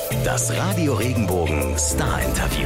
Das Radio Regenbogen Star Interview.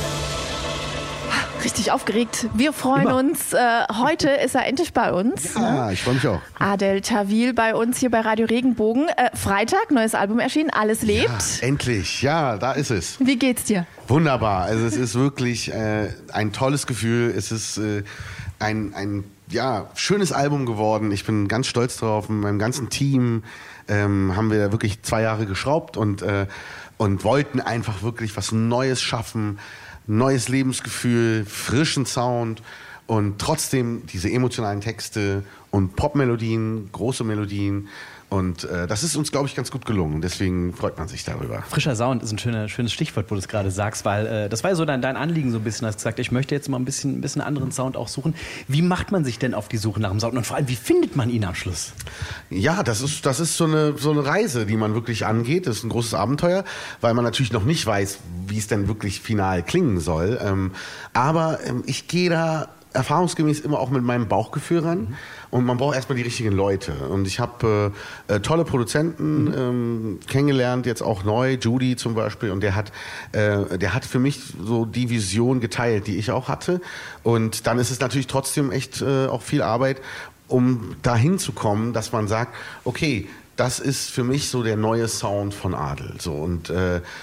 Richtig aufgeregt. Wir freuen uns. Heute ist er endlich bei uns. Ja, ich freue mich auch. Adel Tawil bei uns hier bei Radio Regenbogen. Freitag, neues Album erschienen, Alles lebt. Ja, endlich, ja, da ist es. Wie geht's dir? Wunderbar. Also es ist wirklich ein tolles Gefühl. Es ist ein schönes Album geworden. Ich bin ganz stolz drauf. Mit meinem ganzen Team haben wir wirklich 2 Jahre geschraubt und wollten einfach wirklich was Neues schaffen. Neues Lebensgefühl, frischen Sound und trotzdem diese emotionalen Texte und Popmelodien, große Melodien. Und das ist uns, glaube ich, ganz gut gelungen. Deswegen freut man sich darüber. Frischer Sound ist ein schönes Stichwort, wo du es gerade sagst, weil das war ja so dein Anliegen so ein bisschen, hast gesagt, ich möchte jetzt mal ein bisschen anderen Sound auch suchen. Wie macht man sich denn auf die Suche nach dem Sound und vor allem, wie findet man ihn am Schluss? Ja, das ist so eine Reise, die man wirklich angeht. Das ist ein großes Abenteuer, weil man natürlich noch nicht weiß, wie es denn wirklich final klingen soll. Aber ich gehe da erfahrungsgemäß immer auch mit meinem Bauchgefühl ran. Und man braucht erstmal die richtigen Leute. Und ich habe tolle Produzenten kennengelernt, jetzt auch neu, Judy zum Beispiel. Und der hat für mich so die Vision geteilt, die ich auch hatte. Und dann ist es natürlich trotzdem echt auch viel Arbeit, um dahin zu kommen, dass man sagt, okay, das ist für mich so der neue Sound von Adel. So, und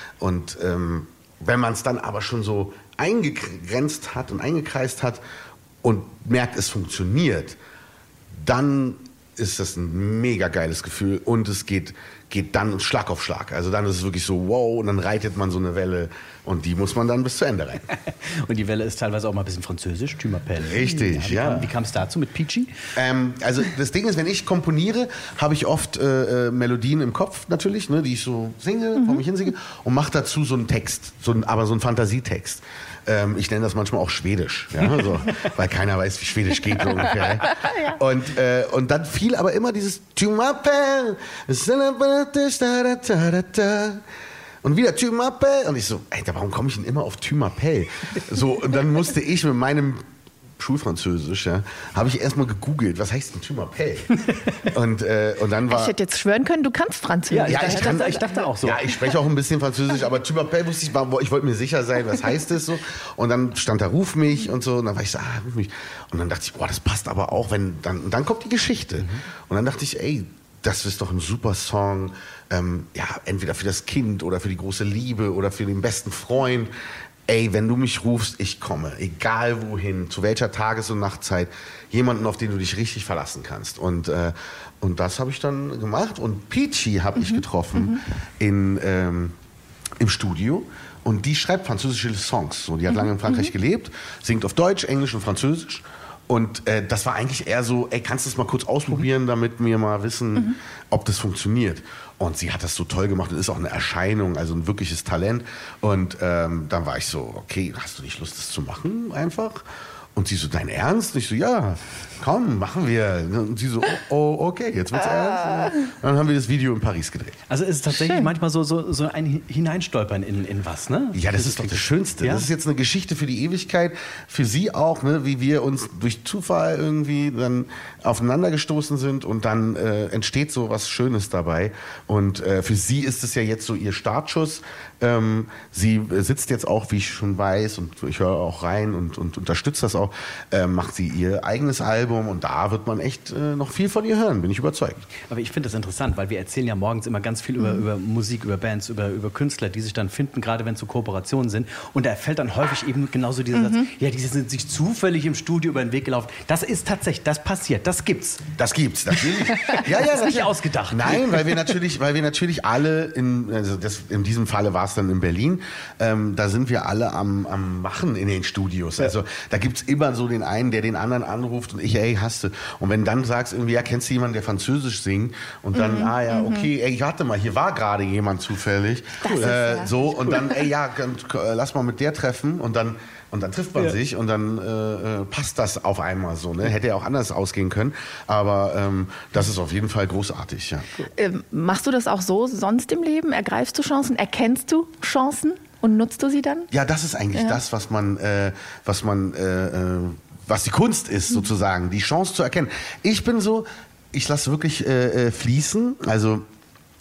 wenn man es dann aber schon so eingegrenzt hat und eingekreist hat und merkt, es funktioniert, dann ist das ein mega geiles Gefühl und es geht dann Schlag auf Schlag. Also dann ist es wirklich so, wow, und dann reitet man so eine Welle und die muss man dann bis zu Ende reiten. Und die Welle ist teilweise auch mal ein bisschen französisch, Tu m'appelles. Richtig, ja. Wie kam es dazu mit Peachy? Also das Ding ist, wenn ich komponiere, habe ich oft Melodien im Kopf natürlich, ne, die ich so singe, vor mich hinsinge und mache dazu so einen Text, aber so einen Fantasietext. Ich nenne das manchmal auch Schwedisch, ja, so, weil keiner weiß, wie Schwedisch geht so ungefähr. Ja. Und dann fiel aber immer dieses Tu m'appelles und wieder Tu m'appelles und ich so, Alter, warum komme ich denn immer auf Tu m'appelles? So, und dann musste ich mit meinem Schulfranzösisch, ja, habe ich erstmal gegoogelt, was heißt denn Tu m'appelles? Und dann war... Ich hätte jetzt schwören können, du kannst Französisch. Ja, ich dachte auch so. Ja, ich spreche auch ein bisschen Französisch, aber Tu m'appelles wusste ich wollte mir sicher sein, was heißt das so. Und dann stand da Ruf mich und so und dann war ich so, ruf mich. Und dann dachte ich, boah, das passt aber auch, dann kommt die Geschichte. Und dann dachte ich, ey, das ist doch ein super Song, entweder für das Kind oder für die große Liebe oder für den besten Freund. Ey, wenn du mich rufst, ich komme, egal wohin, zu welcher Tages- und Nachtzeit, jemanden, auf den du dich richtig verlassen kannst. Und das habe ich dann gemacht. Und Peachy habe ich getroffen im Studio. Und die schreibt französische Songs. So, die hat lange in Frankreich gelebt, singt auf Deutsch, Englisch und Französisch. Und das war eigentlich eher so, ey, kannst du das mal kurz ausprobieren, damit wir mal wissen, ob das funktioniert. Und sie hat das so toll gemacht und ist auch eine Erscheinung, also ein wirkliches Talent. Und dann war ich so, okay, hast du nicht Lust, das zu machen einfach? Und sie so, dein Ernst? Und ich so, ja, komm, machen wir. Und sie so, oh okay, jetzt wird's ernst. Und dann haben wir das Video in Paris gedreht. Also es ist tatsächlich manchmal so ein Hineinstolpern in was, ne? Ja, das ist doch das Schönste. Ja? Das ist jetzt eine Geschichte für die Ewigkeit, für sie auch, ne? Wie wir uns durch Zufall irgendwie dann aufeinander gestoßen sind und dann entsteht so was Schönes dabei. Und für sie ist es ja jetzt so ihr Startschuss. Sie sitzt jetzt auch, wie ich schon weiß, und ich höre auch rein und unterstütze das auch, macht sie ihr eigenes Album und da wird man echt noch viel von ihr hören, bin ich überzeugt. Aber ich finde das interessant, weil wir erzählen ja morgens immer ganz viel über Musik, über Bands, über Künstler, die sich dann finden, gerade wenn es so Kooperationen sind. Und da fällt dann häufig eben genauso dieser Satz, ja, die sind sich zufällig im Studio über den Weg gelaufen. Das ist tatsächlich, das passiert, das gibt's. Das gibt's, natürlich. Ja, das ist nicht ausgedacht. Nein, weil wir natürlich alle, in diesem Falle war es dann in Berlin, da sind wir alle am Machen in den Studios. Also da gibt's immer so den einen, der den anderen anruft und ich, ey, hast du. Und wenn dann sagst irgendwie, ja, kennst du jemanden, der Französisch singt? Und dann, okay, ey, warte mal, hier war gerade jemand zufällig. Cool. Und dann, ey, ja, lass mal mit der treffen und dann trifft man sich und dann passt das auf einmal so. Ne? Hätte ja auch anders ausgehen können, aber das ist auf jeden Fall großartig. Ja. Machst du das auch so sonst im Leben? Ergreifst du Chancen? Erkennst du Chancen und nutzt du sie dann? Ja, das ist eigentlich das, was die Kunst ist, sozusagen, die Chance zu erkennen. Ich bin so, ich lasse wirklich fließen, also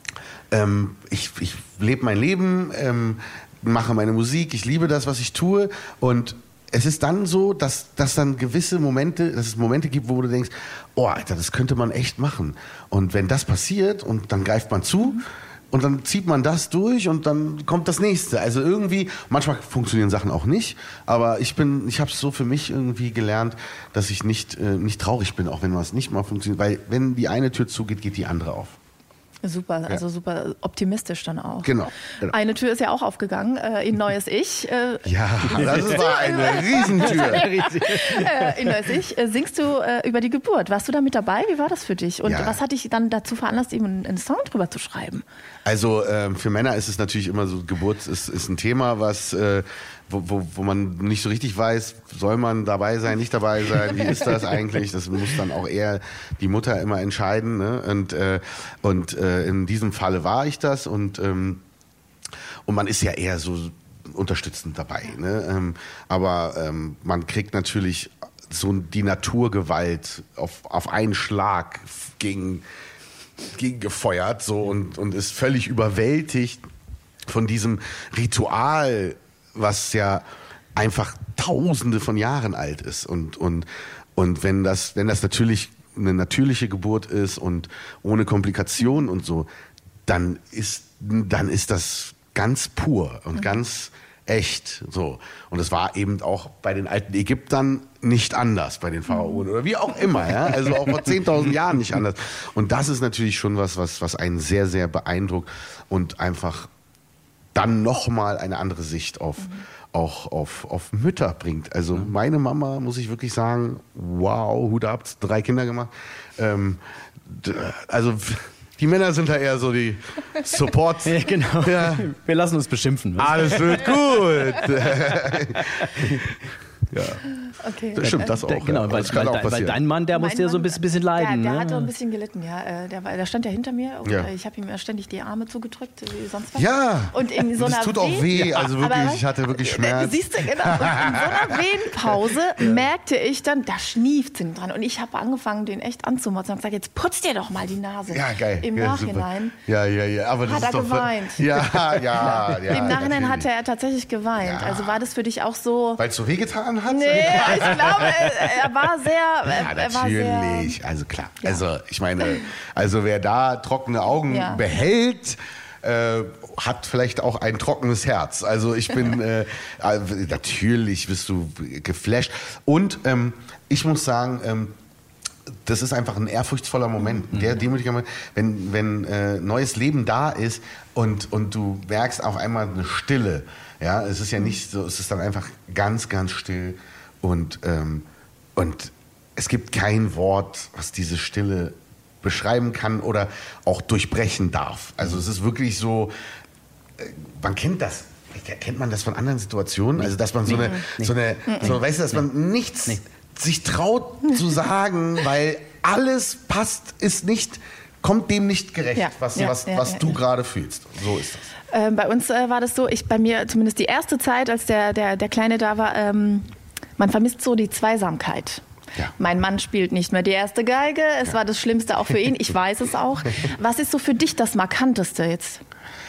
ich lebe mein Leben, mache meine Musik, ich liebe das, was ich tue und es ist dann so, dass es Momente gibt, wo du denkst, oh Alter, das könnte man echt machen. Und wenn das passiert und dann greift man zu und dann zieht man das durch und dann kommt das nächste. Also irgendwie, manchmal funktionieren Sachen auch nicht, aber ich habe es so für mich irgendwie gelernt, dass ich nicht traurig bin, auch wenn was nicht mal funktioniert, weil wenn die eine Tür zugeht, geht die andere auf. Super, also super optimistisch dann auch. Genau. Eine Tür ist ja auch aufgegangen, in Neues Ich. Ja, das war eine Riesentür. In Neues Ich singst du über die Geburt. Warst du da mit dabei? Wie war das für dich? Und was hat dich dann dazu veranlasst, eben einen Song drüber zu schreiben? Also für Männer ist es natürlich immer so, Geburt ist ein Thema, was wo man nicht so richtig weiß, soll man dabei sein, nicht dabei sein, wie ist das eigentlich? Das muss dann auch eher die Mutter immer entscheiden. Ne? Und in diesem Falle war ich das und man ist ja eher so unterstützend dabei. Ne? Aber man kriegt natürlich so die Naturgewalt auf einen Schlag gegen gefeuert so und ist völlig überwältigt von diesem Ritual, was ja einfach Tausende von Jahren alt ist. Und wenn das natürlich eine natürliche Geburt ist und ohne Komplikationen und so, dann ist das ganz pur und ganz echt. So. Und es war eben auch bei den alten Ägyptern nicht anders, bei den Pharaonen oder wie auch immer. Ja? Also auch vor 10.000 Jahren nicht anders. Und das ist natürlich schon was einen sehr, sehr beeindruckt und einfach dann nochmal eine andere Sicht auf Mütter bringt. Also meine Mama, muss ich wirklich sagen, wow, Hut ab, 3 Kinder gemacht. Also die Männer sind da eher so die Support. Ja, genau. Ja. Wir lassen uns beschimpfen. Alles wird gut. Ja. Okay. Das stimmt, das auch. Genau, ja. weil dein Mann, der musste ja so ein bisschen leiden. Der ne? hat so ein bisschen gelitten, ja. Der stand ja hinter mir und Ja. Ich habe ihm ja ständig die Arme zugedrückt, wie sonst was. Ja, Und in so das einer tut auch weh. Also wirklich, aber ich hatte wirklich Schmerz. Siehst du, genau. Und in so einer Wehenpause merkte ich dann, da schnieft sie dran. Und ich habe angefangen, den echt anzumotzen und gesagt, jetzt putz dir doch mal die Nase. Ja, geil. Im Ja, Nachhinein. super. Ja. Aber das Hat ist er doch geweint. Ja. Im Nachhinein natürlich. hatte er tatsächlich geweint. Ja. Also war das für dich auch so... Weil es so wehgetan hat? Nee, ich glaube, er war sehr... Ja, er war sehr, natürlich. Also klar. Ja. Also ich meine, wer da trockene Augen Ja. behält, hat vielleicht auch ein trockenes Herz. Also ich bin, natürlich bist du geflasht. Und ich muss sagen, das ist einfach ein ehrfurchtsvoller Moment, der demütige Moment, wenn neues Leben da ist und du merkst auf einmal eine Stille. Ja, es ist ja nicht so, es ist dann einfach ganz, ganz still und es gibt kein Wort, was diese Stille beschreiben kann oder auch durchbrechen darf. Also es ist wirklich so, man kennt das. Kennt man das von anderen Situationen? Also dass man so weißt du, dass man nichts sich traut zu sagen, weil alles passt, kommt dem nicht gerecht, was du gerade fühlst. So ist das. Bei uns war das so, bei mir zumindest die erste Zeit, als der Kleine da war, man vermisst so die Zweisamkeit. Ja. Mein Mann spielt nicht mehr die erste Geige. Es war das Schlimmste auch für ihn. Ich weiß es auch. Was ist so für dich das Markanteste jetzt?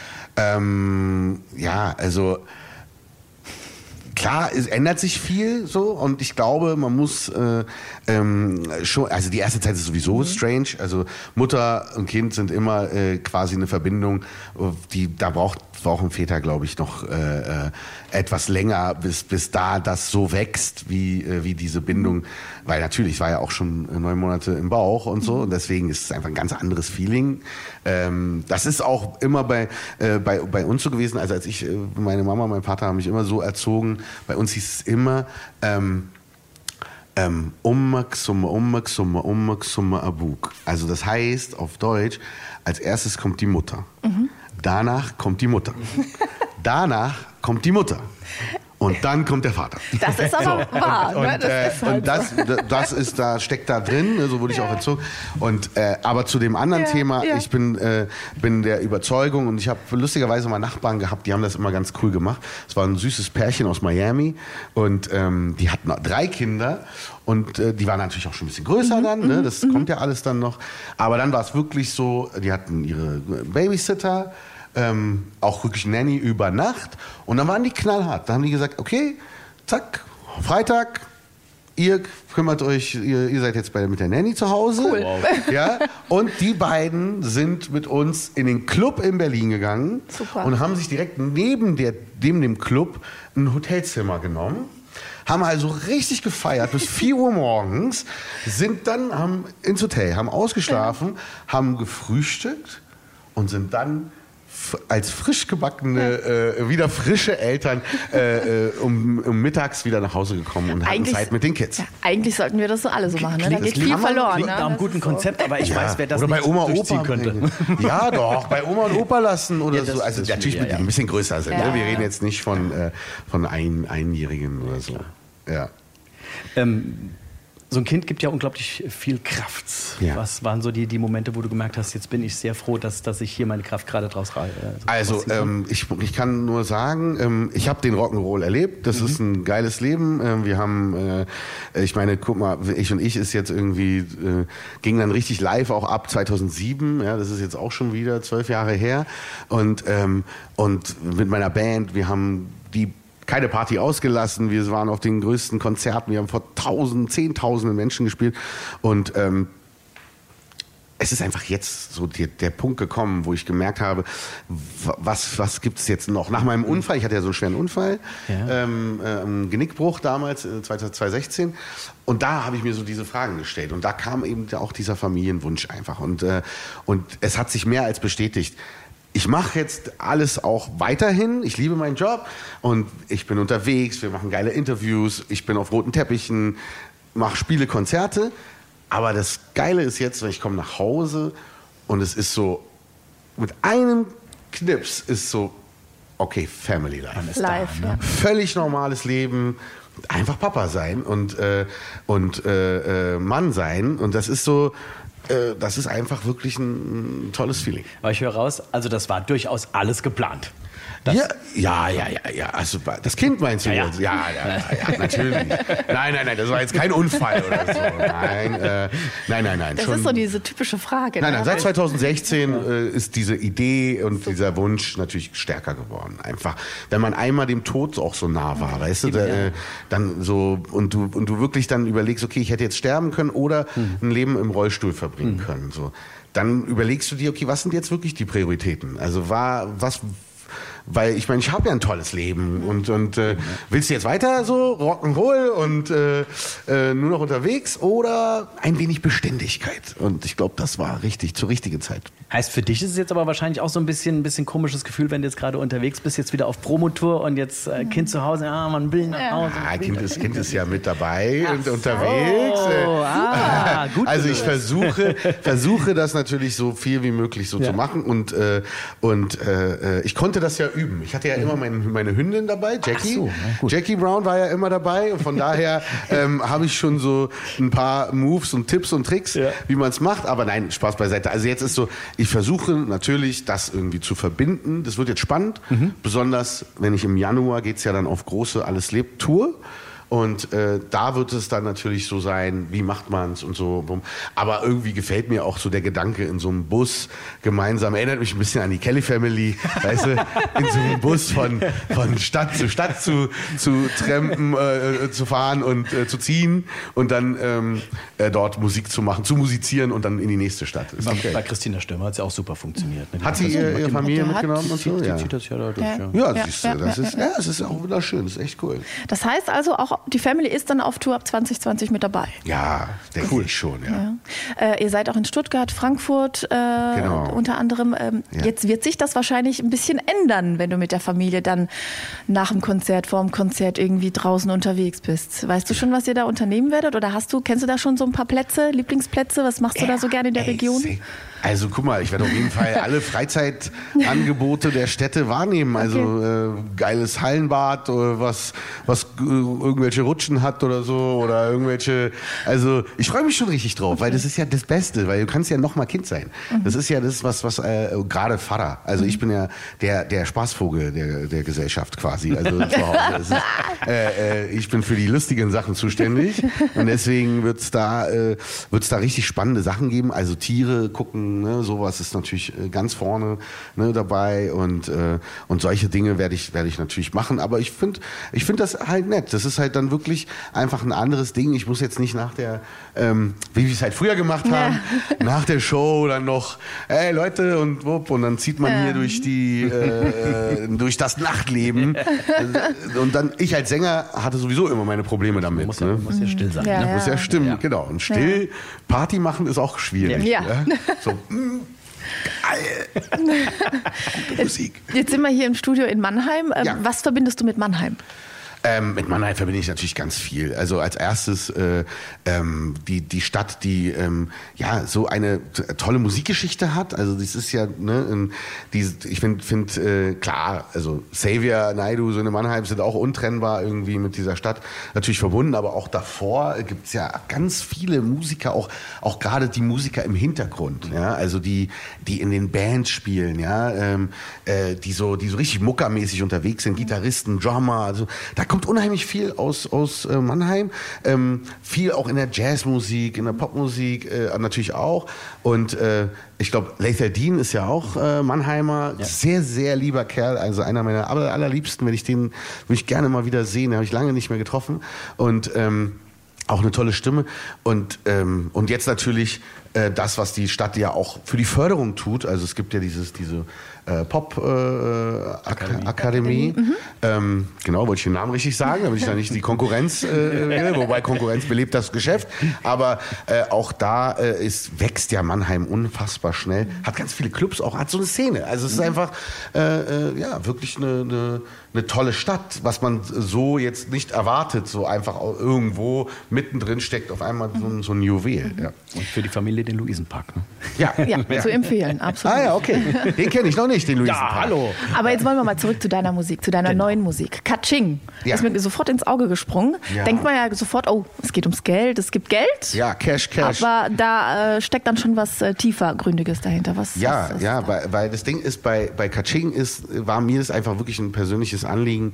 Also klar, es ändert sich viel so und ich glaube, man muss schon, also die erste Zeit ist sowieso strange, also Mutter und Kind sind immer quasi eine Verbindung, da brauchen Väter, glaube ich, noch etwas länger, bis da das so wächst, wie diese Bindung, weil natürlich, ich war ja auch schon 9 Monate im Bauch und so und deswegen ist es einfach ein ganz anderes Feeling. Das ist auch immer bei uns so gewesen, also als meine Mama, mein Vater haben mich immer so erzogen, bei uns hieß es immer Ummak, Summa, Abuk. Also das heißt auf Deutsch, als erstes kommt die Mutter. Danach kommt die Mutter. Danach kommt die Mutter. Und dann kommt der Vater. Das ist aber wahr. Und das ist da, steckt da drin, so wurde ich auch erzogen. Und, aber zu dem anderen Thema, ich bin der Überzeugung, und ich habe lustigerweise mal Nachbarn gehabt, die haben das immer ganz cool gemacht. Es war ein süßes Pärchen aus Miami und die hatten 3 Kinder und die waren natürlich auch schon ein bisschen größer dann, ne? Das kommt ja alles dann noch. Aber dann war es wirklich so, die hatten ihre Babysitter, auch wirklich Nanny über Nacht. Und dann waren die knallhart. Da haben die gesagt, okay, zack, Freitag, ihr kümmert euch, ihr seid jetzt mit der Nanny zu Hause. Cool. Wow. Ja, und die beiden sind mit uns in den Club in Berlin gegangen. Super. Und haben sich direkt neben dem Club ein Hotelzimmer genommen. Haben also richtig gefeiert bis 4 Uhr morgens, haben ins Hotel, haben ausgeschlafen, haben gefrühstückt und sind dann als frisch gebackene, wieder frische Eltern um mittags wieder nach Hause gekommen und hatten Zeit mit den Kids. Ja, eigentlich sollten wir das so alle so machen. Ne? Da geht viel verloren. Klingt nach einem guten Konzept, aber ich weiß, wer das oder nicht bei Oma, durchziehen Opa könnte. Ja, doch, bei Oma und Opa lassen oder so. Also das natürlich, stimmt, die ein bisschen größer sind. Ja, Ne? Wir reden jetzt nicht von Einjährigen oder so. Ja. So ein Kind gibt ja unglaublich viel Kraft. Ja. Was waren so die Momente, wo du gemerkt hast, jetzt bin ich sehr froh, dass ich hier meine Kraft gerade draus Also ich kann nur sagen, ich habe den Rock'n'Roll erlebt. Das ist ein geiles Leben. Wir haben, ich meine, guck mal, Ich und ich ist jetzt irgendwie, ging dann richtig live auch ab 2007. Ja, das ist jetzt auch schon wieder 12 Jahre her. Und mit meiner Band, wir haben keine Party ausgelassen. Wir waren auf den größten Konzerten. Wir haben vor Zehntausenden Menschen gespielt. Und es ist einfach jetzt so der Punkt gekommen, wo ich gemerkt habe, was gibt es jetzt noch? Nach meinem Unfall, ich hatte ja so einen schweren Unfall, Genickbruch damals, 2016. Und da habe ich mir so diese Fragen gestellt. Und da kam eben auch dieser Familienwunsch einfach. Und es hat sich mehr als bestätigt. Ich mache jetzt alles auch weiterhin. Ich liebe meinen Job und ich bin unterwegs. Wir machen geile Interviews. Ich bin auf roten Teppichen, mache Spiele, Konzerte. Aber das Geile ist jetzt, ich komme nach Hause und es ist so, mit einem Knips ist so, okay, Family Life. Live, ja. Völlig normales Leben. Einfach Papa sein und Mann sein. Und das ist so, das ist einfach wirklich ein tolles Feeling. Aber ich höre raus, also das war durchaus alles geplant. Ja. Also das Kind meinst du jetzt? Ja, natürlich. Nein, das war jetzt kein Unfall oder so. Nein. Das ist so diese typische Frage. Nein, seit 2016 ist diese Idee und dieser Wunsch natürlich stärker geworden. Einfach, wenn man einmal dem Tod auch so nah war, weißt du, dann so und du wirklich dann überlegst, okay, ich hätte jetzt sterben können oder ein Leben im Rollstuhl verbringen können. So, dann überlegst du dir, okay, was sind jetzt wirklich die Prioritäten? Also weil ich meine, ich habe ja ein tolles Leben und willst du jetzt weiter so Rock'n'Roll und nur noch unterwegs oder ein wenig Beständigkeit? Und ich glaube, das war richtig zur richtigen Zeit. Heißt, für dich ist es jetzt aber wahrscheinlich auch so ein bisschen komisches Gefühl, wenn du jetzt gerade unterwegs bist, jetzt wieder auf Promotour und jetzt Kind zu Hause, man will nach Hause. Kind ist ja mit dabei und unterwegs. Gut. Also ich versuche das natürlich so viel wie möglich so zu machen und ich konnte das ja üben. Ich hatte ja immer meine Hündin dabei, Jackie. Jackie Brown war ja immer dabei und von daher habe ich schon so ein paar Moves und Tipps und Tricks, wie man es macht. Aber nein, Spaß beiseite. Also jetzt ist so, ich versuche natürlich, das irgendwie zu verbinden. Das wird jetzt spannend, besonders wenn ich im Januar geht's ja dann auf große Alles-Lebt-Tour. Und da wird es dann natürlich so sein, wie macht man es und so. Aber irgendwie gefällt mir auch so der Gedanke in so einem Bus gemeinsam, erinnert mich ein bisschen an die Kelly Family, weißt du, in so einem Bus von Stadt zu Stadt zu trampen, zu fahren und zu ziehen und dann dort Musik zu machen, zu musizieren und dann in die nächste Stadt. Bei Christina Stürmer hat es ja auch super funktioniert. Hat sie ihre Familie mitgenommen und so? Die zieht das ja da durch. Ja, siehst du, das ist auch wunderschön, das ist echt cool. Das heißt also auch die Family ist dann auf Tour ab 2020 mit dabei. Ja, denke ich schon, ja. Ihr seid auch in Stuttgart, Frankfurt unter anderem. Jetzt wird sich das wahrscheinlich ein bisschen ändern, wenn du mit der Familie dann nach dem Konzert, vor dem Konzert irgendwie draußen unterwegs bist. Weißt du schon, was ihr da unternehmen werdet? Oder kennst du da schon so ein paar Plätze, Lieblingsplätze? Was machst du da so gerne in der Region? Also guck mal, ich werde auf jeden Fall alle Freizeitangebote der Städte wahrnehmen. Also geiles Hallenbad oder was irgendwelche Rutschen hat oder so oder irgendwelche. Also ich freue mich schon richtig drauf, weil das ist ja das Beste, weil du kannst ja noch mal Kind sein. Das ist ja das, was gerade Vater. Also ich bin ja der Spaßvogel der Gesellschaft quasi. Also zu Hause. Ich bin für die lustigen Sachen zuständig und deswegen wird's da richtig spannende Sachen geben. Also Tiere gucken. Ne, sowas ist natürlich ganz vorne dabei und solche Dinge werde ich natürlich machen, aber ich finde das halt nett. Das ist halt dann wirklich einfach ein anderes Ding. Ich muss jetzt nicht nach der, wie wir es halt früher gemacht haben, nach der Show dann noch, hey Leute und dann zieht man hier durch das Nachtleben und dann, ich als Sänger hatte sowieso immer meine Probleme damit. Muss ja still sein. Ja, muss ja stimmen, genau. Und still Party machen ist auch schwierig. Ja. So, geil. Musik. Jetzt sind wir hier im Studio in Mannheim. Was verbindest du mit Mannheim? Mit Mannheim verbinde ich natürlich ganz viel. Also als erstes die Stadt, die so eine tolle Musikgeschichte hat. Also das ist ja, ich finde klar, also Xavier Naidoo, so in Mannheim sind auch untrennbar irgendwie mit dieser Stadt natürlich verbunden, aber auch davor gibt es ja ganz viele Musiker, auch gerade die Musiker im Hintergrund, ja, also die in den Bands spielen, ja, die so richtig muckermäßig unterwegs sind, Gitarristen, Drummer, also da kommt unheimlich viel aus Mannheim, viel auch in der Jazzmusik, in der Popmusik natürlich auch und ich glaube, Lethal Dean ist ja auch Mannheimer, sehr, sehr lieber Kerl, also einer meiner allerliebsten, würde ich gerne mal wieder sehen, den habe ich lange nicht mehr getroffen und auch eine tolle Stimme und jetzt natürlich das, was die Stadt ja auch für die Förderung tut, also es gibt ja diese Pop-Akademie. Genau, wollte ich den Namen richtig sagen, damit ich da nicht die Konkurrenz, wobei Konkurrenz belebt das Geschäft. Aber auch da wächst ja Mannheim unfassbar schnell. Hat ganz viele Clubs, hat so eine Szene. Also es ist einfach wirklich eine tolle Stadt, was man so jetzt nicht erwartet, so einfach auch irgendwo mittendrin steckt auf einmal so ein Juwel. Ja. Und für die Familie den Luisenpark. Ne? Ja, zu empfehlen, absolut. Ah ja, okay. Den kenne ich noch nicht, den Luisenpark. Ja, hallo. Aber jetzt wollen wir mal zurück zu deiner Musik, zu deiner neuen Musik. Kaching. Ja. Ist mir sofort ins Auge gesprungen. Ja. Denkt man ja sofort, oh, es geht ums Geld, es gibt Geld. Ja, Cash. Aber da steckt dann schon was tiefergründiges dahinter. Weil das Ding ist, bei Kaching war mir das einfach wirklich ein persönliches Anliegen,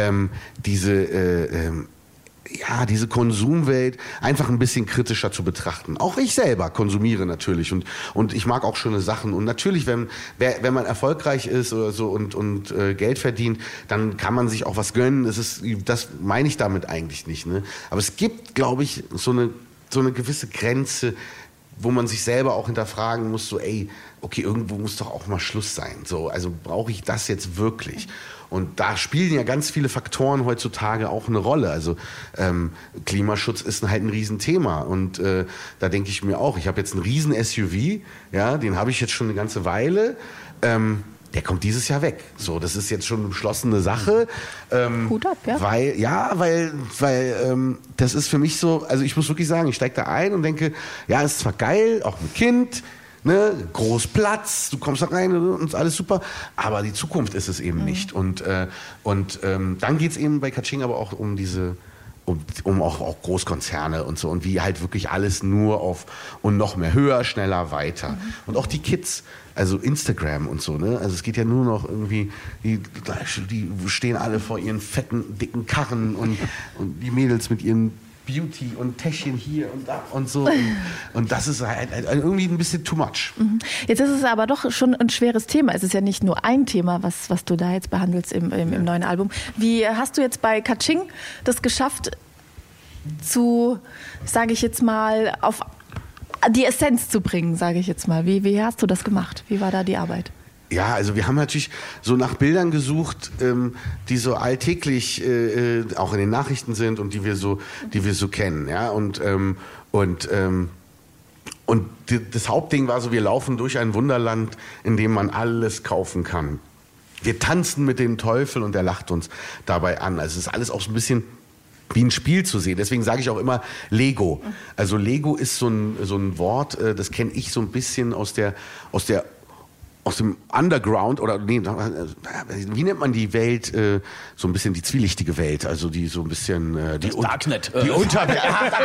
diese Konsumwelt einfach ein bisschen kritischer zu betrachten. Auch ich selber konsumiere natürlich und ich mag auch schöne Sachen. Und natürlich, wenn man erfolgreich ist oder so und Geld verdient, dann kann man sich auch was gönnen. Das meine ich damit eigentlich nicht. Ne? Aber es gibt, glaube ich, so eine gewisse Grenze, wo man sich selber auch hinterfragen muss, so okay, irgendwo muss doch auch mal Schluss sein. So, also brauche ich das jetzt wirklich? Und da spielen ja ganz viele Faktoren heutzutage auch eine Rolle. Also Klimaschutz ist halt ein Riesenthema. Und da denke ich mir auch, ich habe jetzt einen riesen SUV, ja, den habe ich jetzt schon eine ganze Weile. Der kommt dieses Jahr weg. So, das ist jetzt schon eine beschlossene Sache. Hut ab, ja. Weil das ist für mich so, also ich muss wirklich sagen, ich steige da ein und denke, ja, ist zwar geil, auch ein Kind, ne, groß Platz, du kommst da rein und alles super, aber die Zukunft ist es eben nicht. Und dann geht es eben bei Kaching aber auch um auch Großkonzerne und so und wie halt wirklich alles nur auf und noch mehr höher, schneller, weiter. Und auch die Kids, also Instagram und so, ne? Also es geht ja nur noch irgendwie, die stehen alle vor ihren fetten, dicken Karren und die Mädels mit ihren Beauty und Täschchen hier und da und so. Und das ist halt irgendwie ein bisschen too much. Jetzt ist es aber doch schon ein schweres Thema. Es ist ja nicht nur ein Thema, was du da jetzt behandelst im neuen Album. Wie hast du jetzt bei Kaching das geschafft, sage ich jetzt mal, auf die Essenz zu bringen, sage ich jetzt mal. Wie hast du das gemacht? Wie war da die Arbeit? Ja, also wir haben natürlich so nach Bildern gesucht, die so alltäglich auch in den Nachrichten sind und die wir so kennen, ja. Und das Hauptding war so, wir laufen durch ein Wunderland, in dem man alles kaufen kann. Wir tanzen mit dem Teufel und der lacht uns dabei an. Also es ist alles auch so ein bisschen wie ein Spiel zu sehen. Deswegen sage ich auch immer Lego. Also Lego ist so ein Wort, das kenne ich so ein bisschen aus dem Underground oder nee, wie nennt man die Welt, so ein bisschen die zwielichtige Welt, also die so ein bisschen die Darknet. Die Unterwelt.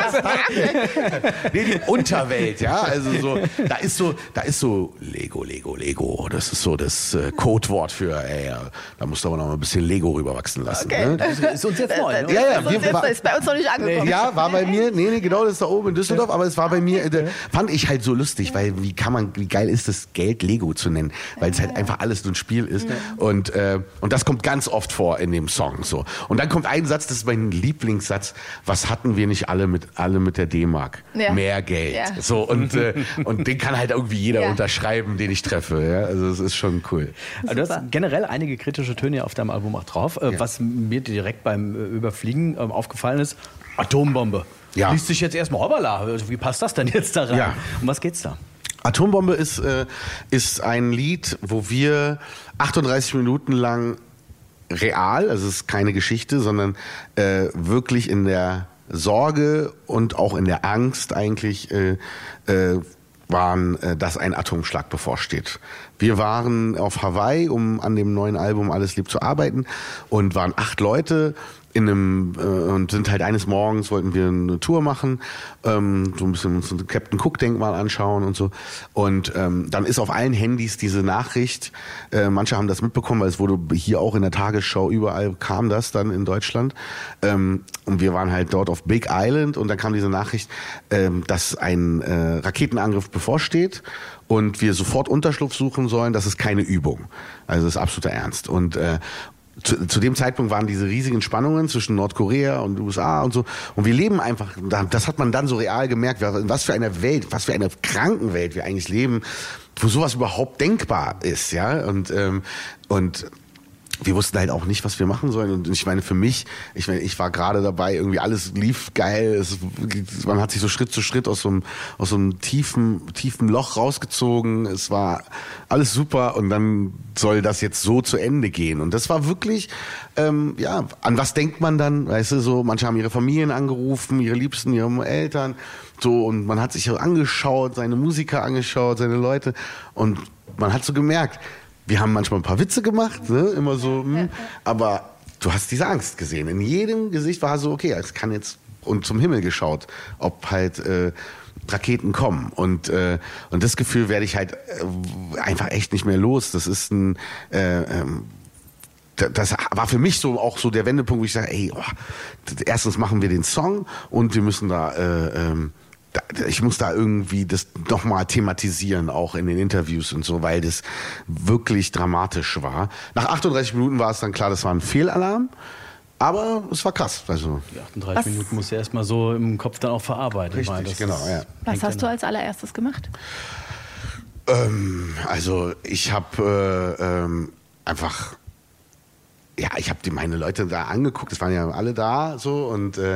Nee, die Unterwelt, ja, also so da ist so Lego, das ist so das Codewort für da musst du aber noch mal ein bisschen Lego rüberwachsen lassen. Okay. Ne? Das ist uns jetzt neu, ne? Ja, ist bei uns noch nicht angekommen. Ja, war bei mir, nee, genau, das ist da oben in Düsseldorf, aber es war bei mir, fand ich halt so lustig, weil wie geil ist das Geld Lego zu nennen, weil es halt einfach alles nur ein Spiel ist und das kommt ganz oft vor in dem Song, so. Und dann kommt ein Satz, das ist mein Lieblingssatz, was hatten wir nicht alle mit der D-Mark? Ja. Mehr Geld. Ja. So, und den kann halt irgendwie jeder unterschreiben, den ich treffe, ja, also es ist schon cool. Also du hast generell einige kritische Töne auf deinem Album auch drauf, was mir direkt beim Überfliegen aufgefallen ist, Atombombe. Ja. Liest sich jetzt erstmal, hoppala, also wie passt das denn jetzt da rein? Ja. Um was geht's da? Atombombe ist ein Lied, wo wir 38 Minuten lang real, also es ist keine Geschichte, sondern wirklich in der Sorge und auch in der Angst eigentlich waren, dass ein Atomschlag bevorsteht. Wir waren auf Hawaii, um an dem neuen Album Alles lebt zu arbeiten und waren 8 Leute und sind halt eines Morgens, wollten wir eine Tour machen, so ein bisschen uns ein Captain Cook Denkmal anschauen und so. Und dann ist auf allen Handys diese Nachricht, manche haben das mitbekommen, weil es wurde hier auch in der Tagesschau, überall kam das dann in Deutschland. Und wir waren halt dort auf Big Island und dann kam diese Nachricht, dass ein Raketenangriff bevorsteht und wir sofort Unterschlupf suchen sollen. Das ist keine Übung. Also das ist absoluter Ernst. Und zu dem Zeitpunkt waren diese riesigen Spannungen zwischen Nordkorea und USA und so. Und wir leben einfach, das hat man dann so real gemerkt, was für eine Welt, was für eine Krankenwelt wir eigentlich leben, wo sowas überhaupt denkbar ist, ja. Und wir wussten halt auch nicht, was wir machen sollen. Und ich meine, für mich, ich war gerade dabei, irgendwie alles lief geil. Man hat sich so Schritt zu Schritt aus so einem tiefen Loch rausgezogen. Es war alles super und dann soll das jetzt so zu Ende gehen. Und das war wirklich, an was denkt man dann? Weißt du, so, manche haben ihre Familien angerufen, ihre Liebsten, ihre Eltern, so, und man hat sich angeschaut, seine Musiker angeschaut, seine Leute, und man hat so gemerkt, wir haben manchmal ein paar Witze gemacht, ne? Immer so, aber du hast diese Angst gesehen. In jedem Gesicht war so, okay, es kann jetzt, und zum Himmel geschaut, ob halt Raketen kommen. Und das Gefühl werde ich halt einfach echt nicht mehr los. Das ist das war für mich so auch so der Wendepunkt, wo ich sage, erstens machen wir den Song und wir müssen ich muss da irgendwie das nochmal thematisieren, auch in den Interviews und so, weil das wirklich dramatisch war. Nach 38 Minuten war es dann klar, das war ein Fehlalarm, aber es war krass. Also, die 38 Minuten musst du erstmal so im Kopf dann auch verarbeiten. Richtig, genau, ja. Was hast du als allererstes gemacht? Also ich habe einfach, ich habe meine Leute da angeguckt, es waren ja alle da so,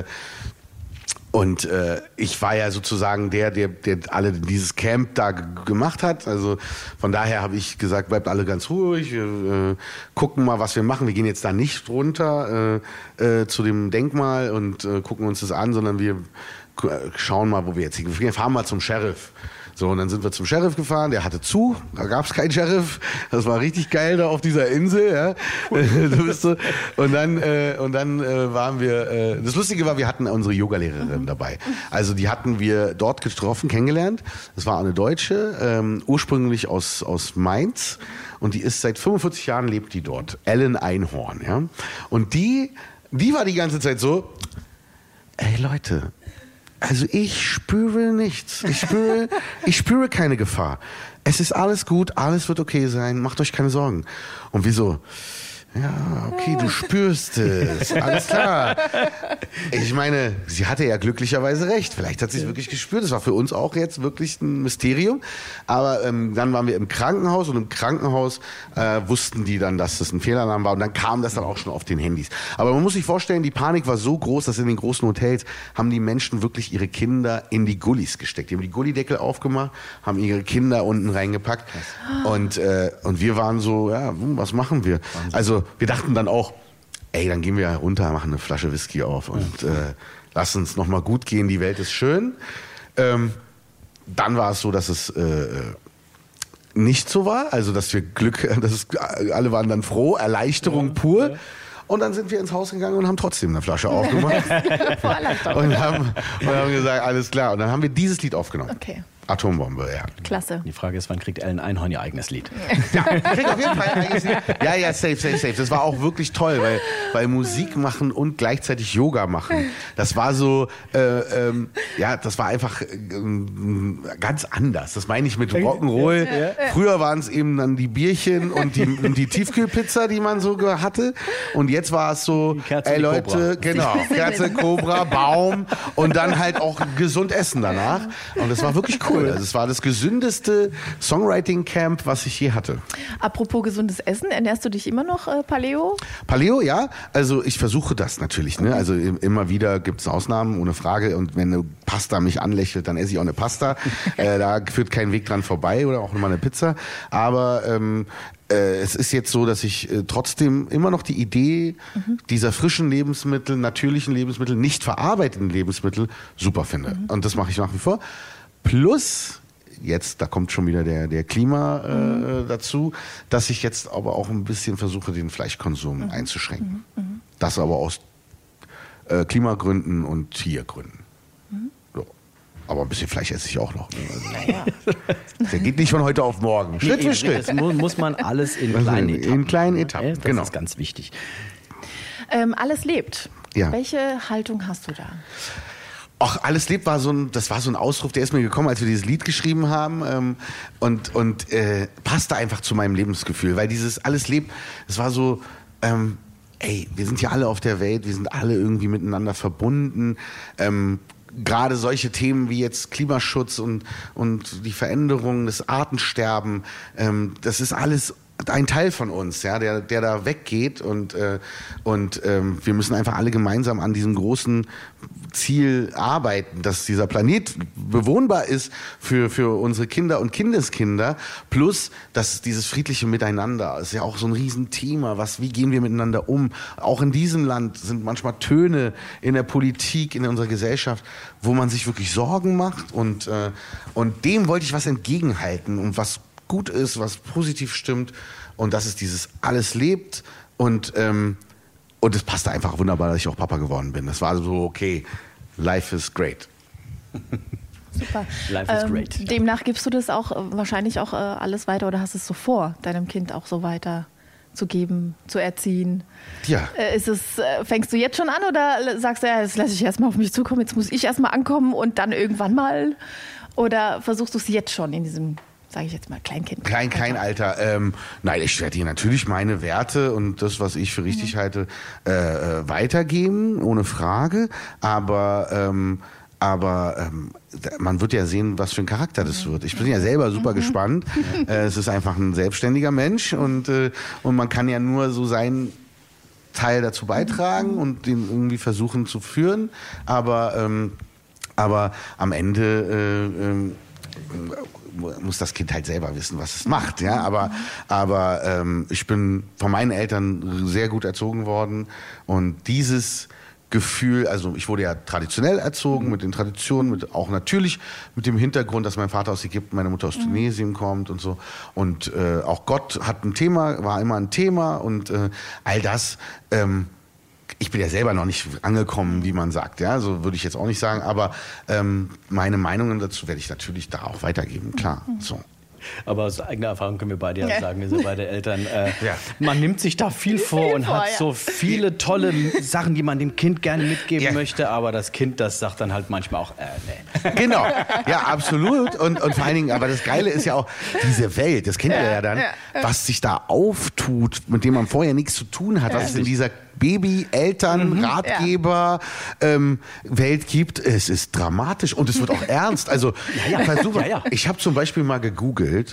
und ich war ja sozusagen der alle dieses Camp da gemacht hat. Also von daher habe ich gesagt, bleibt alle ganz ruhig, gucken mal, was wir machen. Wir gehen jetzt da nicht runter zu dem Denkmal und gucken uns das an, sondern wir schauen mal, wo wir jetzt hingehen. Wir fahren mal zum Sheriff. So, und dann sind wir zum Sheriff gefahren, der hatte zu, da gab es keinen Sheriff. Das war richtig geil da auf dieser Insel, ja. Und dann waren wir, das Lustige war, wir hatten unsere Yogalehrerin dabei. Also die hatten wir dort kennengelernt. Das war eine Deutsche, ursprünglich aus Mainz, und die ist seit 45 Jahren, lebt die dort. Ellen Einhorn, ja. Und die war die ganze Zeit so, ey Leute, also ich spüre nichts. Ich spüre keine Gefahr. Es ist alles gut, alles wird okay sein, macht euch keine Sorgen. Und wir so, Ja, okay, du spürst es. Alles klar. Ich meine, sie hatte ja glücklicherweise recht. Vielleicht hat sie es wirklich gespürt. Das war für uns auch jetzt wirklich ein Mysterium. Aber dann waren wir im Krankenhaus und im Krankenhaus wussten die dann, dass das ein Fehlalarm war. Und dann kam das dann auch schon auf den Handys. Aber man muss sich vorstellen, die Panik war so groß, dass in den großen Hotels haben die Menschen wirklich ihre Kinder in die Gullis gesteckt. Die haben die Gullideckel aufgemacht, haben ihre Kinder unten reingepackt. Und wir waren so, ja, was machen wir? Also wir dachten dann auch, ey, dann gehen wir runter, machen eine Flasche Whisky auf und lass uns nochmal gut gehen, die Welt ist schön. Dann war es so, dass es nicht so war, also dass wir alle waren dann froh, Erleichterung pur. Und dann sind wir ins Haus gegangen und haben trotzdem eine Flasche aufgemacht und haben gesagt, alles klar. Und dann haben wir dieses Lied aufgenommen. Okay. Atombombe, ja. Klasse. Die Frage ist, wann kriegt Ellen Einhorn ihr eigenes Lied? Ja, kriegt auf jeden Fall ein eigenes Lied. Ja, safe. Das war auch wirklich toll, weil Musik machen und gleichzeitig Yoga machen, das war so, das war einfach ganz anders. Das meine ich mit Rock'n'Roll. Früher waren es eben dann die Bierchen und die Tiefkühlpizza, die man so hatte. Und jetzt war es so, ey Leute, genau, Kerze, Cobra, Baum und dann halt auch gesund essen danach. Und das war wirklich cool. Also es war das gesündeste Songwriting-Camp, was ich je hatte. Apropos gesundes Essen, ernährst du dich immer noch Paleo? Paleo, ja. Also ich versuche das natürlich. Ne? Also immer wieder gibt es Ausnahmen, ohne Frage. Und wenn eine Pasta mich anlächelt, dann esse ich auch eine Pasta. Da führt kein Weg dran vorbei oder auch mal eine Pizza. Aber es ist jetzt so, dass ich trotzdem immer noch die Idee dieser frischen Lebensmittel, natürlichen Lebensmittel, nicht verarbeiteten Lebensmittel super finde. Und das mache ich nach wie vor. Plus, jetzt, da kommt schon wieder der Klima dazu, dass ich jetzt aber auch ein bisschen versuche, den Fleischkonsum einzuschränken. Das aber aus Klimagründen und Tiergründen. So. Aber ein bisschen Fleisch esse ich auch noch. Der geht nicht von heute auf morgen. Schritt für Schritt. Das muss man alles in kleinen Etappen. In kleinen Etappen, das genau. ist ganz wichtig. Alles lebt. Ja. Welche Haltung hast du da? Ach, alles lebt das war so ein Ausruf, der ist mir gekommen, als wir dieses Lied geschrieben haben und passte einfach zu meinem Lebensgefühl, weil dieses alles lebt, das war so, ey, wir sind ja alle auf der Welt, wir sind alle irgendwie miteinander verbunden, gerade solche Themen wie jetzt Klimaschutz und die Veränderung, das Artensterben, das ist alles ein Teil von uns, ja, der da weggeht und wir müssen einfach alle gemeinsam an diesem großen Ziel arbeiten, dass dieser Planet bewohnbar ist für unsere Kinder und Kindeskinder, plus dass dieses friedliche Miteinander ist ja auch so ein Riesenthema, wie gehen wir miteinander um? Auch in diesem Land sind manchmal Töne in der Politik, in unserer Gesellschaft, wo man sich wirklich Sorgen macht und dem wollte ich was entgegenhalten und was gut ist, was positiv stimmt und das ist dieses alles lebt und es passte einfach wunderbar, dass ich auch Papa geworden bin. Das war so, okay, life is great. Super. Life is great. Ja. Demnach gibst du das auch wahrscheinlich auch alles weiter oder hast es so vor, deinem Kind auch so weiter zu geben, zu erziehen? Ja. Fängst du jetzt schon an oder sagst du, ja, jetzt lasse ich erstmal auf mich zukommen, jetzt muss ich erstmal ankommen und dann irgendwann mal? Oder versuchst du es jetzt schon in diesem, sage ich jetzt mal, Kleinkind? Kein Alter. Nein, ich werde dir natürlich meine Werte und das, was ich für richtig halte, weitergeben, ohne Frage. Aber man wird ja sehen, was für ein Charakter das wird. Ich bin ja selber super gespannt. Es ist einfach ein selbstständiger Mensch und man kann ja nur so seinen Teil dazu beitragen und den irgendwie versuchen zu führen. Aber am Ende muss das Kind halt selber wissen, was es macht. Ja? Aber ich bin von meinen Eltern sehr gut erzogen worden und dieses Gefühl, also ich wurde ja traditionell erzogen mit den Traditionen, auch natürlich mit dem Hintergrund, dass mein Vater aus Ägypten, meine Mutter aus Tunesien kommt und so. Und auch Gott hat war immer ein Thema und all das. Ich bin ja selber noch nicht angekommen, wie man sagt, ja, so würde ich jetzt auch nicht sagen, aber meine Meinungen dazu werde ich natürlich da auch weitergeben, klar. So. Aber aus eigener Erfahrung können wir beide ja sagen, wir sind beide Eltern. Man nimmt sich da viel vor und hat so viele tolle Sachen, die man dem Kind gerne mitgeben möchte, aber das Kind, das sagt dann halt manchmal auch, nee. Genau, ja, absolut. Und vor allen Dingen, aber das Geile ist ja auch, diese Welt, das kennt ihr ja dann, was sich da auftut, mit dem man vorher nichts zu tun hat, was es in dieser Baby-Eltern-Ratgeber-Welt gibt. Es ist dramatisch und es wird auch ernst. Also, ich habe zum Beispiel mal gegoogelt,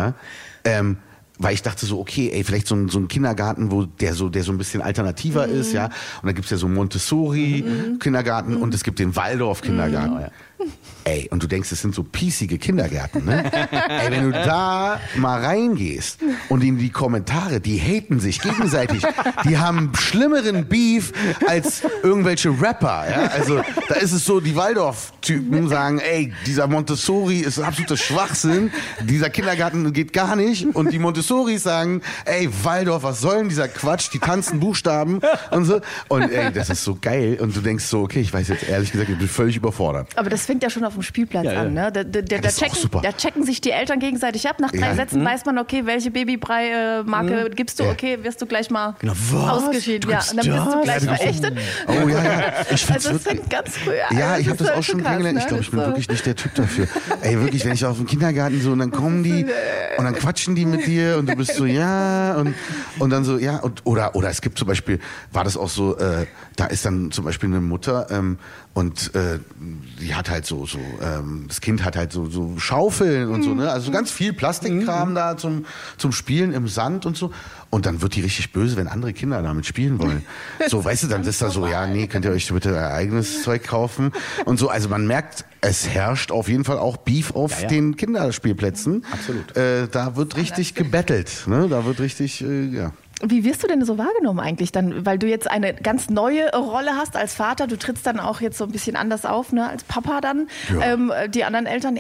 weil ich dachte so, okay, ey, vielleicht so ein Kindergarten, der so ein bisschen alternativer ist, ja. Und da gibt's ja so Montessori-Kindergarten und es gibt den Waldorf-Kindergarten. Ey, und du denkst, das sind so piesige Kindergärten, ne? Ey, wenn du da mal reingehst und in die Kommentare, die haten sich gegenseitig, die haben schlimmeren Beef als irgendwelche Rapper, ja? Also, da ist es so, die Waldorf-Typen sagen, ey, dieser Montessori ist absoluter Schwachsinn, dieser Kindergarten geht gar nicht und die Montessoris sagen, ey, Waldorf, was soll denn dieser Quatsch, die tanzen Buchstaben und so. Und ey, das ist so geil und du denkst so, okay, ich weiß jetzt ehrlich gesagt, ich bin völlig überfordert. Aber das fängt ja schon auf dem Spielplatz an, ne? Da checken sich die Eltern gegenseitig ab. Nach 3 Sätzen weiß man, okay, welche Babybrei-Marke gibst du, okay, wirst du gleich mal ausgeschieden. Ja, und dann bist du gleich verächtet. Oh ja. Also das fängt ganz früh an. Ja, ich habe das auch schon kennengelernt. Ich glaube, ich bin wirklich nicht der Typ dafür. Ey, wirklich, wenn ich auf dem Kindergarten so und dann kommen die und dann quatschen die mit dir und du bist so, ja und dann so, ja. Oder es gibt zum Beispiel, war das auch so, da ist dann zum Beispiel eine Mutter und die hat halt so das Kind hat halt so Schaufeln und so, ne? Also ganz viel Plastikkram da zum Spielen im Sand und so. Und dann wird die richtig böse, wenn andere Kinder damit spielen wollen. So, weißt du, dann ist da so, ja, nee, könnt ihr euch bitte euer eigenes Zeug kaufen und so. Also man merkt, es herrscht auf jeden Fall auch Beef auf den Kinderspielplätzen. Absolut. Da wird richtig gebettelt, ne? Da wird richtig, Wie wirst du denn so wahrgenommen eigentlich dann? Weil du jetzt eine ganz neue Rolle hast als Vater. Du trittst dann auch jetzt so ein bisschen anders auf, ne, als Papa dann. Ja. Die anderen Eltern,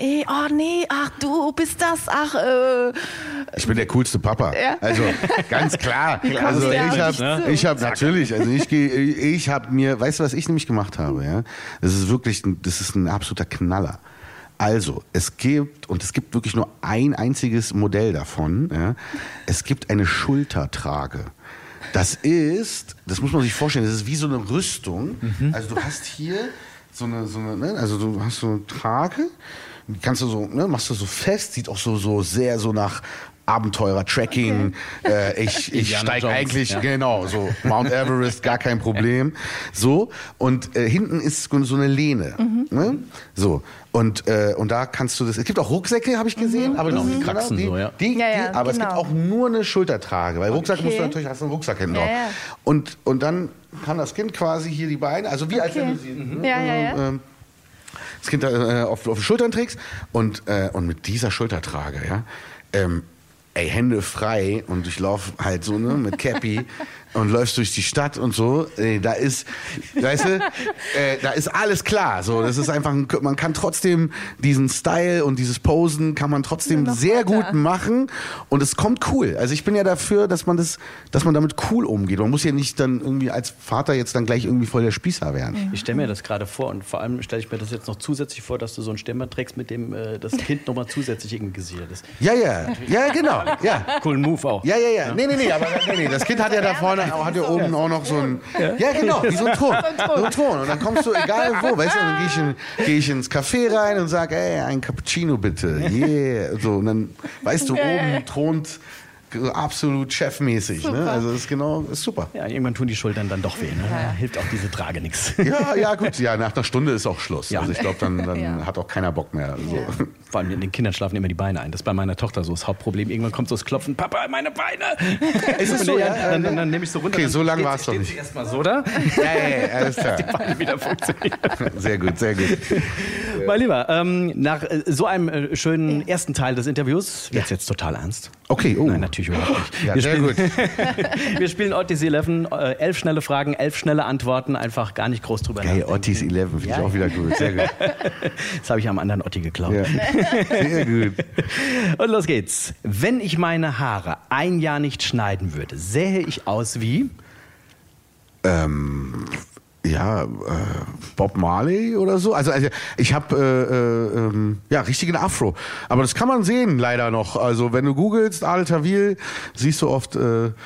du bist das, Ich bin der coolste Papa. Ja? Also ganz klar. Also ich habe natürlich, also ich habe mir, weißt du, was ich nämlich gemacht habe? Ja? Das ist ein absoluter Knaller. Also, es gibt wirklich nur ein einziges Modell davon. Ja. Es gibt eine Schultertrage. Das muss man sich vorstellen, das ist wie so eine Rüstung. Also du hast hier so eine, ne, also du hast so eine Trage, die kannst du so, ne, machst du so fest, sieht auch so sehr so nach Abenteurer, Trekking, ich steige eigentlich, genau, so Mount Everest, gar kein Problem. So, und hinten ist so eine Lehne. Ne? So, und da kannst du das, es gibt auch Rucksäcke, habe ich gesehen, aber die kraxen so, ja. Aber es gibt auch nur eine Schultertrage, weil Rucksack musst du natürlich, hast einen Rucksack hinten drauf. Und dann kann das Kind quasi hier die Beine, also wie als wenn du sie das Kind auf die Schultern trägst und mit dieser Schultertrage, Hände frei und ich laufe halt so, ne, mit Cappy und läufst durch die Stadt und so, da ist alles klar. So, das ist einfach, man kann trotzdem diesen Style und dieses Posen kann man trotzdem sehr gut machen und es kommt cool. Also ich bin ja dafür, dass man damit cool umgeht. Man muss ja nicht dann irgendwie als Vater jetzt dann gleich irgendwie voll der Spießer werden. Ich stelle mir das gerade vor und vor allem stelle ich mir das jetzt noch zusätzlich vor, dass du so ein Ständer trägst, mit dem das Kind nochmal zusätzlich irgendwie gesichert ist. Ja, genau. Ja. Coolen Move auch. Ja. Nee, aber das Kind hat ja da vorne, hat ja oben auch noch so ein, genau, wie so ein Thron. So ein Thron. Und dann kommst du, egal wo, weißt du, dann gehe ich ins Café rein und sage, ein Cappuccino bitte. Yeah. So, und dann, weißt du, oben thront absolut chefmäßig. Ne? Also das ist super. Ja, irgendwann tun die Schultern dann doch weh. Ne? Ja. Hilft auch diese Trage nichts. Ja, gut. Ja, nach einer Stunde ist auch Schluss. Ja. Also ich glaube, dann hat auch keiner Bock mehr. So. Ja. Vor allem in den Kindern schlafen immer die Beine ein. Das ist bei meiner Tochter so das Hauptproblem. Irgendwann kommt so das Klopfen, Papa, meine Beine! Ist es so? Dann nehme ich so runter. Okay, so lange war es doch nicht. Erstmal so, oder? Ja, alles klar. Die Beine wieder funktionieren. Sehr gut. Mein Lieber, nach so einem schönen ersten Teil des Interviews wird's jetzt total ernst. Okay, Nein, natürlich überhaupt nicht. Ja, sehr gut. Wir spielen Otis 11, 11 schnelle Fragen, 11 schnelle Antworten, einfach gar nicht groß drüber nachdenken. Hey, Otis 11, finde ich auch wieder gut, sehr gut. Das habe ich am anderen Otti geklaut. Ja. Sehr gut. Und los geht's. Wenn ich meine Haare ein Jahr nicht schneiden würde, sähe ich aus wie? Ja, Bob Marley oder so. Also ich habe richtigen Afro. Aber das kann man sehen leider noch. Also wenn du googelst Adel Tawil, siehst du oft,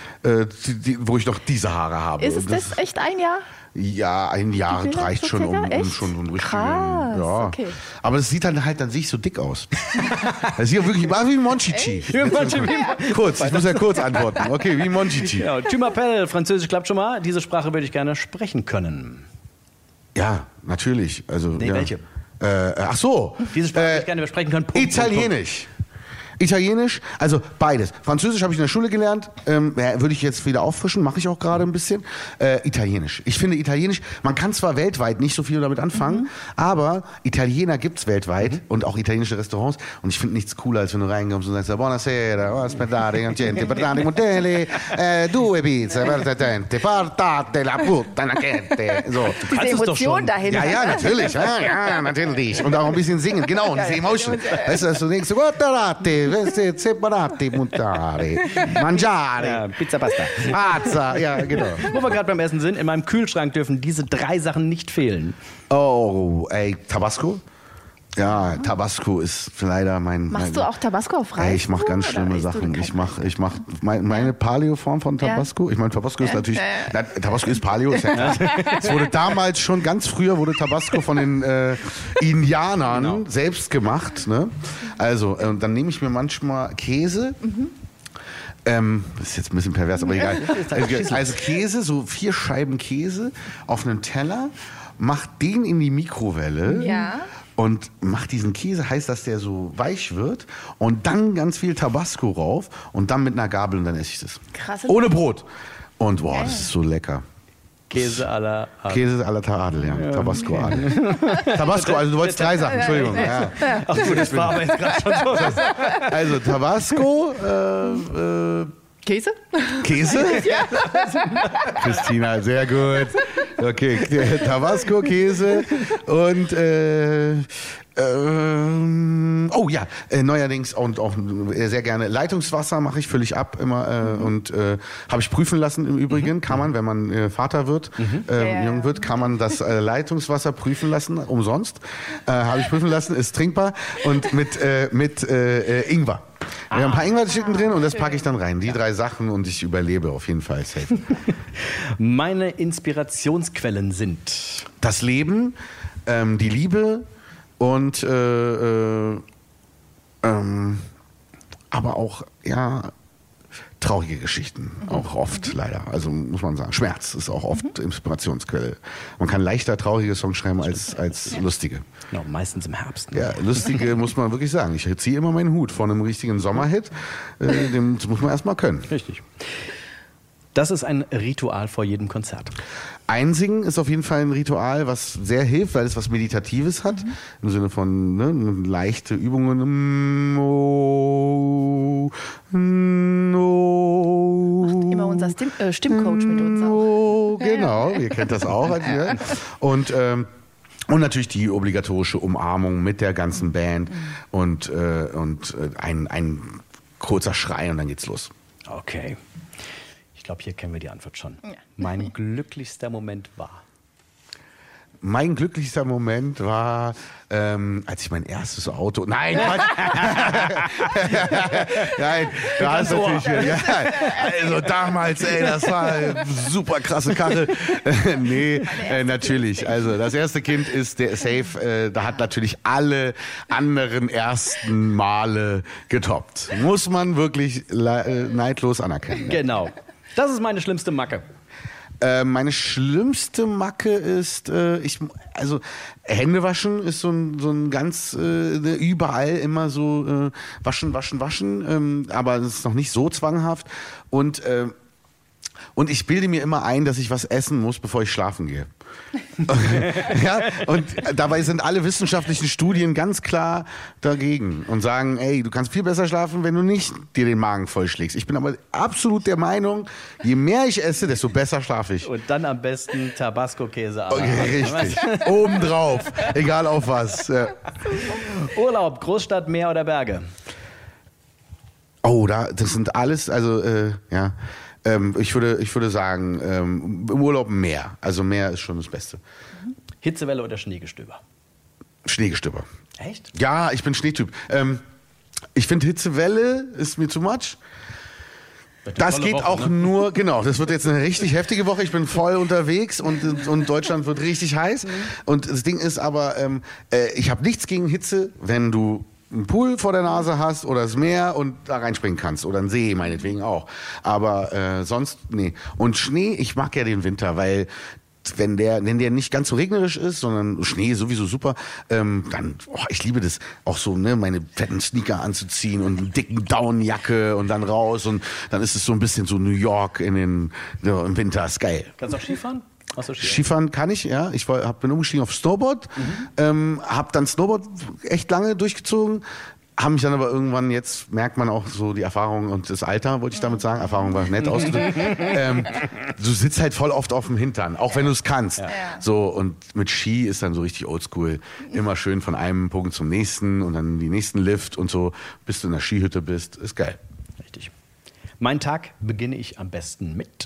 wo ich noch diese Haare habe. Ist es das echt ein Jahr? Ja, ein Jahr reicht schon, um schon einen richtigen. Krass, ja. Okay. Aber es sieht dann halt an sich so dick aus. Das sieht wirklich wie Monchichi. Kurz, ich muss ja kurz antworten. Okay, wie Monchichi. Genau. Tu m'appelles, Französisch klappt schon mal. Diese Sprache würde ich gerne sprechen können. Ja, natürlich. Also, Nee, ja. welche? Ach so. Diese Sprache würde ich gerne besprechen können. Italienisch. Italienisch, also beides. Französisch habe ich in der Schule gelernt, würde ich jetzt wieder auffrischen, mache ich auch gerade ein bisschen. Italienisch. Ich finde Italienisch, man kann zwar weltweit nicht so viel damit anfangen, aber Italiener gibt's weltweit und auch italienische Restaurants und ich finde nichts cooler, als wenn du reinkommst und sagst, buonasera, aspettate, gente, portate modelli, due pizze, portate la puttana gente. So. Diese Emotion dahinter. Ja, natürlich, ja, natürlich. Und auch ein bisschen singen, genau, diese Emotion. Weißt du, dass du denkst, separati, mutare, mangiare. Ja, Pizza, Pasta. Pazza, ja, genau. Wo wir gerade beim Essen sind, in meinem Kühlschrank dürfen diese 3 Sachen nicht fehlen. Oh, ey, Tabasco? Ja, Tabasco ist leider Machst du auch Tabasco auf Reis? Ich mache ganz schlimme Sachen. Ich mach meine Paleo-Form von Tabasco. Ich meine, Tabasco ist natürlich, Tabasco ist Paleo, ist ja klar. Es wurde damals schon ganz früher wurde Tabasco von den Indianern selbst gemacht. Ne? Also, dann nehme ich mir manchmal Käse. Das ist jetzt ein bisschen pervers, aber egal. Also Käse, so 4 Scheiben Käse auf einen Teller, mach den in die Mikrowelle. Ja. Und mach diesen Käse heiß, dass der so weich wird und dann ganz viel Tabasco rauf und dann mit einer Gabel und dann esse ich das. Krass. Ohne Brot. Und boah, das ist so lecker. Käse à la Adel. Käse à la Adel, ja. Tabasco Adel. Tabasco, also du wolltest 3 Sachen, Entschuldigung. Ja. Ach gut, das war aber jetzt gerade schon so. Also Tabasco, Käse? Käse? Ja. Christina, sehr gut. Okay, Tabasco, Käse und neuerdings und auch sehr gerne Leitungswasser mache ich, fülle ich ab immer und habe ich prüfen lassen im Übrigen, kann man, wenn man Vater wird, jung wird, kann man das Leitungswasser prüfen lassen, umsonst. Habe ich prüfen lassen, ist trinkbar und mit Ingwer. Wir haben ein paar Ingwertüten drin und das packe ich dann rein. Die 3 Sachen und ich überlebe auf jeden Fall safe. Meine Inspirationsquellen sind das Leben, die Liebe und aber auch traurige Geschichten, auch oft leider. Also muss man sagen, Schmerz ist auch oft Inspirationsquelle. Man kann leichter traurige Songs schreiben als lustige. genau, meistens im Herbst. Ne? Ja, lustige muss man wirklich sagen. Ich ziehe immer meinen Hut von einem richtigen Sommerhit. Das muss man erstmal können. Richtig. Das ist ein Ritual vor jedem Konzert. Einsingen ist auf jeden Fall ein Ritual, was sehr hilft, weil es was Meditatives hat. Im Sinne von leichte Übungen. Macht immer unser Stimmcoach mit uns auch. Genau, ihr kennt das auch. Und natürlich die obligatorische Umarmung mit der ganzen Band und ein kurzer Schrei und dann geht's los. Okay. Ich glaube, hier kennen wir die Antwort schon. Ja. Mein glücklichster Moment war? Mein glücklichster Moment war, als ich mein erstes Auto... Nein, nein, du hast natürlich... Ja, also damals, das war eine super krasse Karre. Nee, natürlich. Also das erste Kind ist der Safe, da hat natürlich alle anderen ersten Male getoppt. Muss man wirklich neidlos anerkennen. Genau. Das ist meine schlimmste Macke. Meine schlimmste Macke ist, Hände waschen ist so ein ganz, überall immer so waschen, aber es ist noch nicht so zwanghaft und ich bilde mir immer ein, dass ich was essen muss, bevor ich schlafen gehe. Ja, und dabei sind alle wissenschaftlichen Studien ganz klar dagegen und sagen, ey, du kannst viel besser schlafen, wenn du nicht dir den Magen vollschlägst. Ich bin aber absolut der Meinung, je mehr ich esse, desto besser schlafe ich. Und dann am besten Tabasco-Käse. Okay, richtig. Obendrauf, egal auf was. Ja. Urlaub, Großstadt, Meer oder Berge? Oh, das sind alles, Ich würde sagen, im Urlaub Meer. Also Meer ist schon das Beste. Hitzewelle oder Schneegestöber? Schneegestöber. Echt? Ja, ich bin Schneetyp. Ich finde Hitzewelle ist mir too much. Das geht Woche, auch nur, genau, das wird jetzt eine richtig heftige Woche. Ich bin voll unterwegs und Deutschland wird richtig heiß. Und das Ding ist aber, ich habe nichts gegen Hitze, wenn du einen Pool vor der Nase hast oder das Meer und da reinspringen kannst oder einen See meinetwegen auch. Aber sonst, nee. Und Schnee, ich mag ja den Winter, weil wenn der nicht ganz so regnerisch ist, sondern Schnee sowieso super, dann, ich liebe das auch so, ne, meine fetten Sneaker anzuziehen und einen dicken Downjacke und dann raus und dann ist es so ein bisschen so New York im Winter, ist geil. Kannst du auch Skifahren? Skifahren kann ich, ja. Ich bin umgestiegen auf Snowboard, habe dann Snowboard echt lange durchgezogen, haben mich dann aber irgendwann, jetzt merkt man auch so die Erfahrung und das Alter, wollte ich damit sagen. Erfahrung war nett ausgedrückt. Du sitzt halt voll oft auf dem Hintern, auch wenn du es kannst. Ja. So, und mit Ski ist dann so richtig oldschool. Immer schön von einem Punkt zum nächsten und dann die nächsten Lift und so, bis du in der Skihütte bist. Ist geil. Richtig. Meinen Tag beginne ich am besten mit...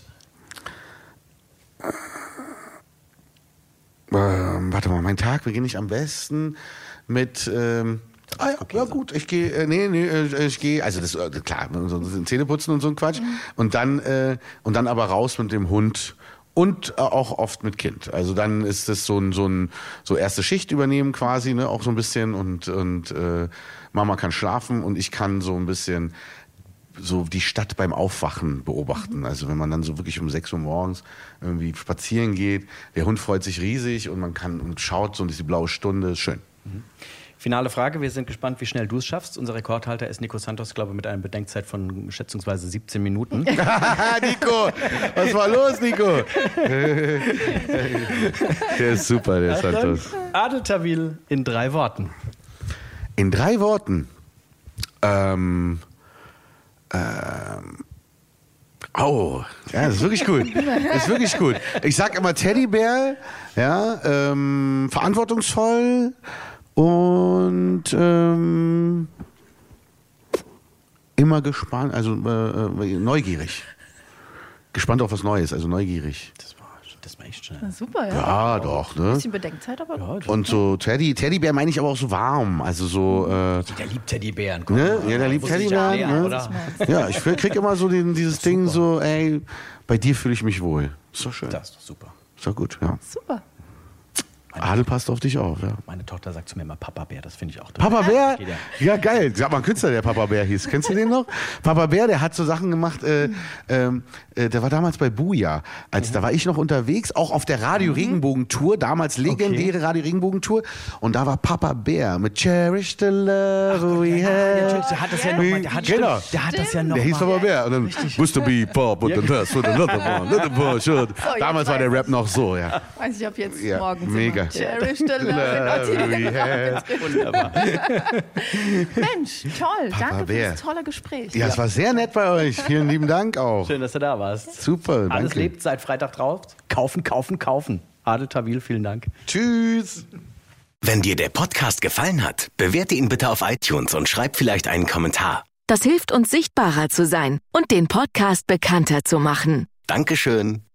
warte mal, meinen Tag beginne ich am besten mit... ja gut, ich gehe, ich gehe, also das klar, so Zähne putzen und so ein Quatsch und dann aber raus mit dem Hund und auch oft mit Kind. Also dann ist das so erste Schicht übernehmen quasi, ne, auch so ein bisschen und Mama kann schlafen und ich kann so ein bisschen so die Stadt beim Aufwachen beobachten. Also wenn man dann so wirklich um 6 Uhr morgens irgendwie spazieren geht, der Hund freut sich riesig und man kann und schaut so die blaue Stunde, schön. Finale Frage, wir sind gespannt, wie schnell du es schaffst. Unser Rekordhalter ist Nico Santos, glaube ich, mit einer Bedenkzeit von schätzungsweise 17 Minuten. Nico, was war los, Nico? Der ist super, der Santos. Adel Tawil in 3 Worten. In 3 Worten? Oh, ja, das ist wirklich gut. Das ist wirklich gut. Ich sag immer Teddybär, ja, verantwortungsvoll und immer gespannt, also neugierig. Gespannt auf was Neues, also neugierig. Das war echt schnell. Na, super, ja. Ja, doch, ne? Ein bisschen Bedenkzeit, aber gut. Und so Teddybär meine ich aber auch so warm, also so... der liebt Teddybären. Ne? Ja, der liebt Teddybären. Ne? Ja, ich krieg immer so dieses Ding super. So, ey, bei dir fühle ich mich wohl. Ist doch schön. Das ist doch super. Ist doch gut, ja. Super. Adel passt auf dich auf, ja. Meine Tochter sagt zu mir immer Papa Bär, das finde ich auch toll. Papa Bär? Ja, geil. Sag mal, ein Künstler, der Papa Bär hieß. Kennst du den noch? Papa Bär, der hat so Sachen gemacht, der war damals bei Booyah. Da war ich noch unterwegs, auch auf der Radio Regenbogen Tour, damals legendäre Radio Regenbogen Tour. Und da war Papa Bär mit Cherish the Love we have. Der hat das ja nochmal. Der hieß Papa Bär. Und dann, used to be Pop und dann das with another one, little push. Damals war der Rap noch so, ja. Weiß ich, ob jetzt ja, morgen mega. Cherish the Love. Wunderbar. Mensch, toll. Papa Danke Bär. für das tolle Gespräch. Ja, es war sehr nett bei euch. Vielen lieben Dank auch. Schön, dass du da warst. Super, Alles danke. lebt seit Freitag drauf. Kaufen, kaufen, kaufen. Adel Tawil, vielen Dank. Tschüss. Wenn dir der Podcast gefallen hat, bewerte ihn bitte auf iTunes und schreib vielleicht einen Kommentar. Das hilft uns, sichtbarer zu sein und den Podcast bekannter zu machen. Dankeschön.